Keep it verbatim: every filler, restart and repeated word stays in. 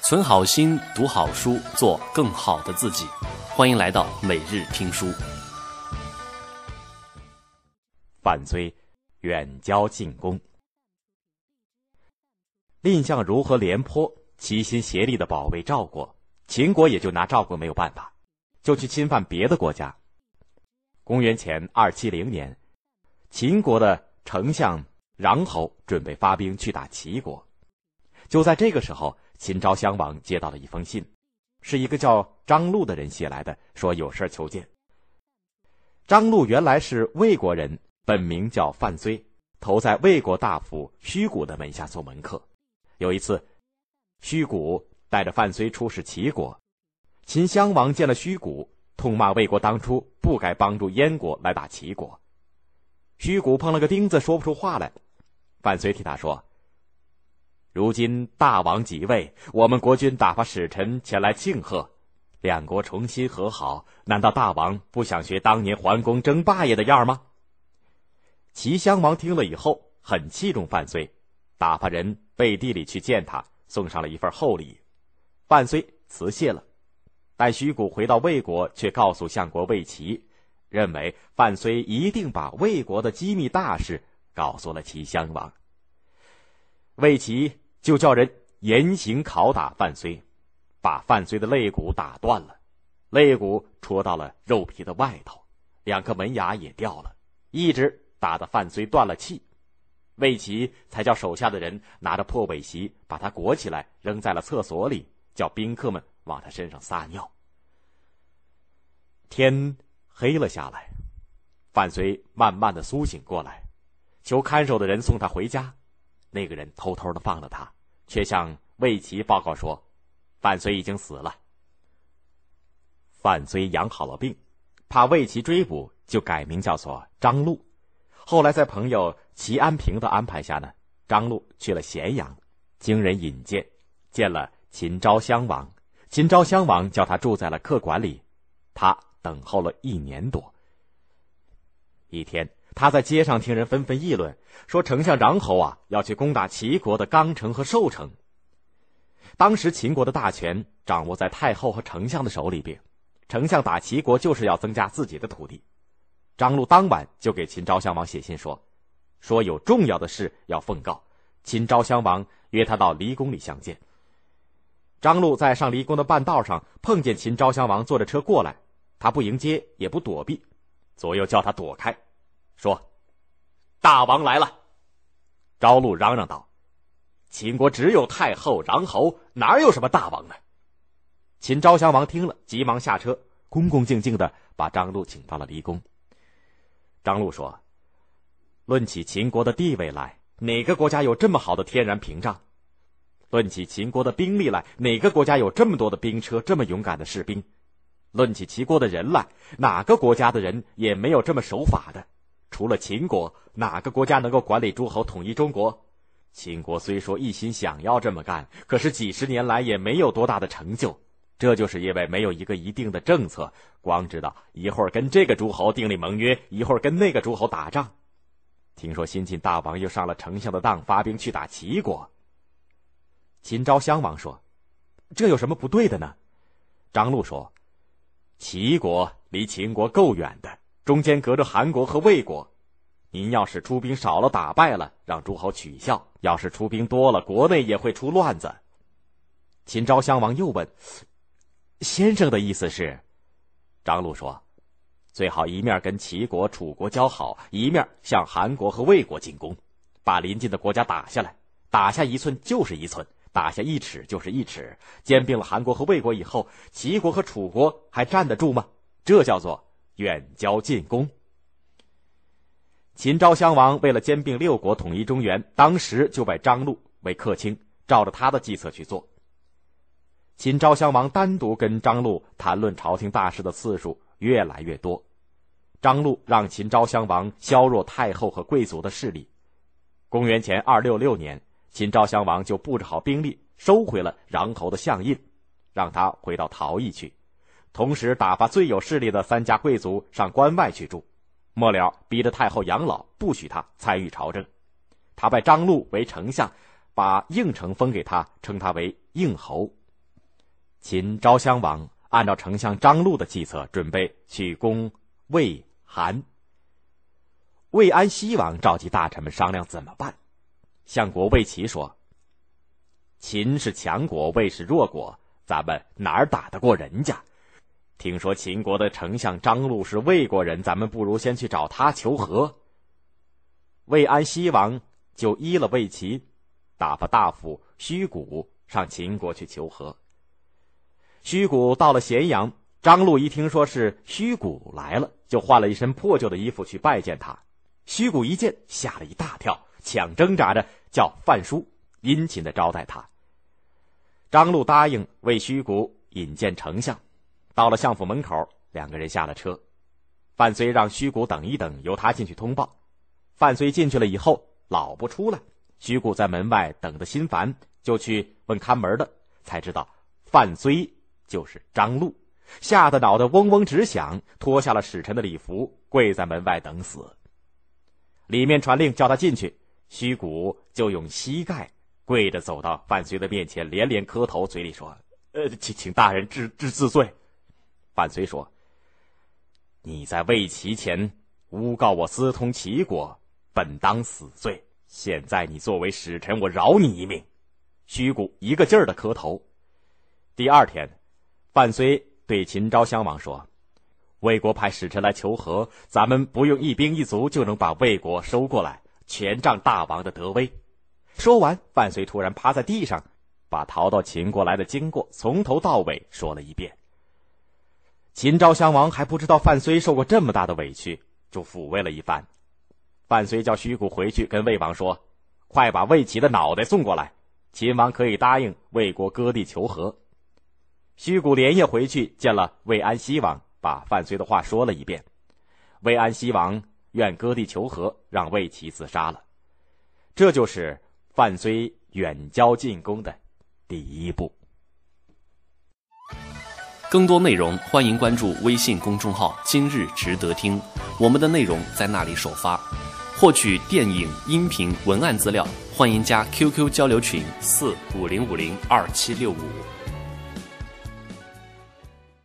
存好心，读好书，做更好的自己。欢迎来到每日听书。 范睢远交近攻。蔺相如和廉颇齐心协力地保卫赵国，秦国也就拿赵国没有办法，就去侵犯别的国家。公元前二七零年，秦国的丞相穰侯准备发兵去打齐国。就在这个时候，秦昭襄王接到了一封信，是一个叫张禄的人写来的，说有事求见。张禄原来是魏国人，本名叫范睢，投在魏国大夫虚谷的门下做门客。有一次，虚谷带着范睢出使齐国，秦襄王见了虚谷，痛骂魏国当初不该帮助燕国来打齐国。虚谷碰了个钉子，说不出话来。范睢替他说，如今大王即位，我们国君打发使臣前来庆贺，两国重新和好，难道大王不想学当年桓公争霸业的样吗？齐襄王听了以后很器重范睢，打发人背地里去见他，送上了一份厚礼。范睢辞谢了，但虚谷回到魏国，却告诉相国魏齐，认为范睢一定把魏国的机密大事告诉了齐襄王。魏齐就叫人严刑拷打范睢，把范睢的肋骨打断了，肋骨戳到了肉皮的外头，两颗门牙也掉了，一直打得范睢断了气。魏齐才叫手下的人拿着破苇席把他裹起来，扔在了厕所里，叫宾客们往他身上撒尿。天黑了下来，范睢慢慢的苏醒过来，求看守的人送他回家。那个人偷偷的放了他，却向魏齐报告说范睢已经死了。范睢养好了病，怕魏齐追捕，就改名叫做张禄。后来在朋友齐安平的安排下呢，张禄去了咸阳，经人引荐，见了秦昭襄王。秦昭襄王叫他住在了客馆里，他等候了一年多。一天，他在街上听人纷纷议论，说丞相穰侯啊要去攻打齐国的刚城和寿城。当时秦国的大权掌握在太后和丞相的手里边，丞相打齐国就是要增加自己的土地。张禄当晚就给秦昭襄王写信说，说有重要的事要奉告，秦昭襄王约他到离宫里相见。张禄在上离宫的半道上碰见秦昭襄王坐着车过来，他不迎接也不躲避，左右叫他躲开，说大王来了。昭禄嚷嚷道，秦国只有太后穰侯，哪有什么大王呢？秦昭襄王听了，急忙下车，恭恭敬敬地把张禄请到了离宫。张禄说，论起秦国的地位来，哪个国家有这么好的天然屏障？论起秦国的兵力来，哪个国家有这么多的兵车，这么勇敢的士兵？论起齐国的人来，哪个国家的人也没有这么守法的。除了秦国，哪个国家能够管理诸侯统一中国？秦国虽说一心想要这么干，可是几十年来也没有多大的成就，这就是因为没有一个一定的政策，光知道一会儿跟这个诸侯订立盟约，一会儿跟那个诸侯打仗。听说新晋大王又上了丞相的当，发兵去打齐国。秦昭襄王说，这有什么不对的呢？张禄说，齐国离秦国够远的，中间隔着韩国和魏国，您要是出兵少了，打败了，让诸侯取笑；要是出兵多了，国内也会出乱子。秦昭襄王又问，先生的意思是？张禄说，最好一面跟齐国、楚国交好，一面向韩国和魏国进攻，把邻近的国家打下来，打下一寸就是一寸，打下一尺就是一尺。兼并了韩国和魏国以后，齐国和楚国还站得住吗？这叫做远交近攻。秦昭襄王为了兼并六国，统一中原，当时就拜张禄为客卿，照着他的计策去做。秦昭襄王单独跟张禄谈论朝廷大事的次数越来越多，张禄让秦昭襄王削弱太后和贵族的势力。公元前二六六年，秦昭襄王就布置好兵力，收回了穰侯的相印，让他回到陶邑去，同时打发最有势力的三家贵族上关外去住，末了逼着太后养老，不许他参与朝政。他拜张禄为丞相，把应城封给他，称他为应侯。 秦昭襄王按照丞相张禄的计策，准备去攻魏、韩。魏安西王召集大臣们商量怎么办。相国魏齐说：秦是强国，魏是弱国，咱们哪儿打得过人家？听说秦国的丞相张禄是魏国人，咱们不如先去找他求和。魏安西王就依了魏齐，打发大夫虚谷上秦国去求和。虚谷到了咸阳，张禄一听说是虚谷来了，就换了一身破旧的衣服去拜见他。虚谷一见，吓了一大跳，抢挣扎着叫范叔殷勤地招待他。张禄答应为虚谷引见丞相。到了相府门口，两个人下了车。范睢让虚谷等一等，由他进去通报。范睢进去了以后，老不出来。虚谷在门外等得心烦，就去问看门的，才知道范睢就是张禄，吓得脑袋嗡嗡直响，脱下了使臣的礼服，跪在门外等死。里面传令叫他进去，虚谷就用膝盖跪着走到范睢的面前，连连磕头，嘴里说：呃，请请大人治治治罪。范睢说：你在魏齐前诬告我私通齐国，本当死罪，现在你作为使臣，我饶你一命。虚谷一个劲儿的磕头。第二天，范睢对秦昭襄王说：魏国派使臣来求和，咱们不用一兵一卒就能把魏国收过来，全仗大王的德威。说完，范睢突然趴在地上，把逃到秦国来的经过从头到尾说了一遍。秦昭襄王还不知道范睢受过这么大的委屈，就抚慰了一番。范睢叫虚谷回去跟魏王说：快把魏齐的脑袋送过来，秦王可以答应魏国割地求和。虚谷连夜回去见了魏安西王，把范睢的话说了一遍。魏安西王愿割地求和，让魏齐自杀了。这就是范睢远交近攻的第一步。 更多内容欢迎关注微信公众号今日值得听，我们的内容在那里首发。获取电影、音频、文案资料，欢迎加 Q Q 交流群四五零五零二七六五。